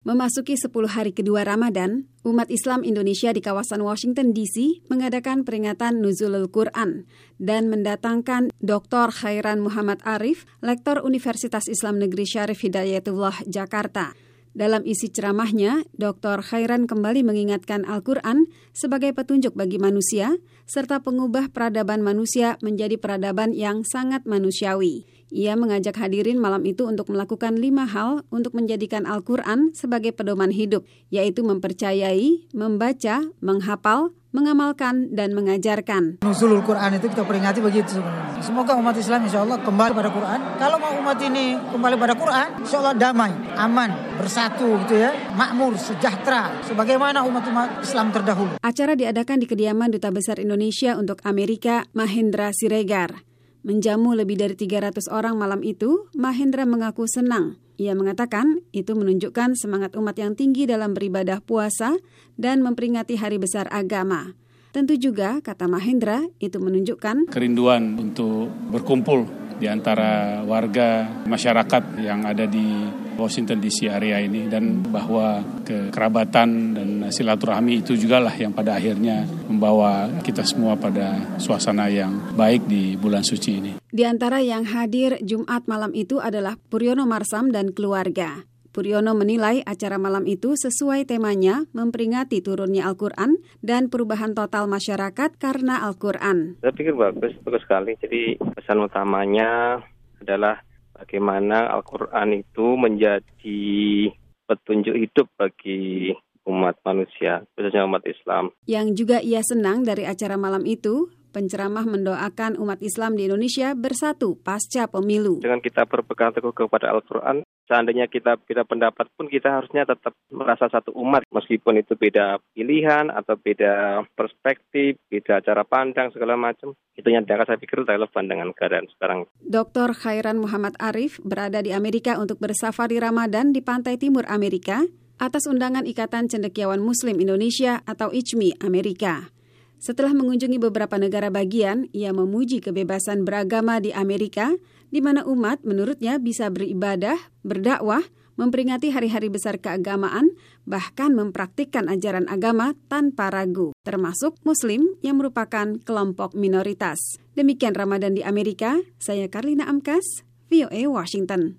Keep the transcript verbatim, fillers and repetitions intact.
Memasuki sepuluh hari kedua Ramadan, umat Islam Indonesia di kawasan Washington D C mengadakan peringatan Nuzulul Quran dan mendatangkan Doktor Khairan Muhammad Arif, Lektor Universitas Islam Negeri Syarif Hidayatullah Jakarta. Dalam isi ceramahnya, Doktor Khairan kembali mengingatkan Al-Quran sebagai petunjuk bagi manusia, serta pengubah peradaban manusia menjadi peradaban yang sangat manusiawi. Ia mengajak hadirin malam itu untuk melakukan lima hal untuk menjadikan Al-Quran sebagai pedoman hidup, yaitu mempercayai, membaca, menghafal, mengamalkan, dan mengajarkan. Nuzulul Quran itu kita peringati begitu sebenarnya. Semoga umat Islam insya Allah kembali pada Quran. Kalau mau umat ini kembali pada Quran, insya Allah damai, aman, bersatu gitu ya, makmur, sejahtera, sebagaimana umat-umat Islam terdahulu. Acara diadakan di kediaman Duta Besar Indonesia untuk Amerika, Mahendra Siregar. Menjamu lebih dari tiga ratus orang malam itu, Mahendra mengaku senang. Ia mengatakan itu menunjukkan semangat umat yang tinggi dalam beribadah puasa dan memperingati hari besar agama. Tentu juga, kata Mahendra, itu menunjukkan kerinduan untuk berkumpul di antara warga masyarakat yang ada di Washington D C area ini, dan bahwa kekerabatan dan silaturahmi itu juga lah yang pada akhirnya membawa kita semua pada suasana yang baik di bulan suci ini. Di antara yang hadir Jumat malam itu adalah Puryono Marsam dan keluarga. Puryono menilai acara malam itu sesuai temanya memperingati turunnya Al-Quran dan perubahan total masyarakat karena Al-Quran. Saya pikir bagus, bagus sekali. Jadi pesan utamanya adalah bagaimana Al-Quran itu menjadi petunjuk hidup bagi umat manusia, khususnya umat Islam. Yang juga ia senang dari acara malam itu, penceramah mendoakan umat Islam di Indonesia bersatu pasca pemilu. Dengan kita berpegang teguh kepada Al-Quran, seandainya kita beda pendapat pun kita harusnya tetap merasa satu umat. Meskipun itu beda pilihan atau beda perspektif, beda cara pandang, segala macam. Itu yang saya pikir relevan dengan keadaan sekarang. Doktor Khairan Muhammad Arif berada di Amerika untuk bersafari Ramadan di pantai timur Amerika atas undangan Ikatan Cendekiawan Muslim Indonesia atau I C M I Amerika. Setelah mengunjungi beberapa negara bagian, ia memuji kebebasan beragama di Amerika, di mana umat menurutnya bisa beribadah, berdakwah, memperingati hari-hari besar keagamaan, bahkan mempraktikkan ajaran agama tanpa ragu, termasuk Muslim yang merupakan kelompok minoritas. Demikian Ramadan di Amerika, saya Karlina Amkas, V O A Washington.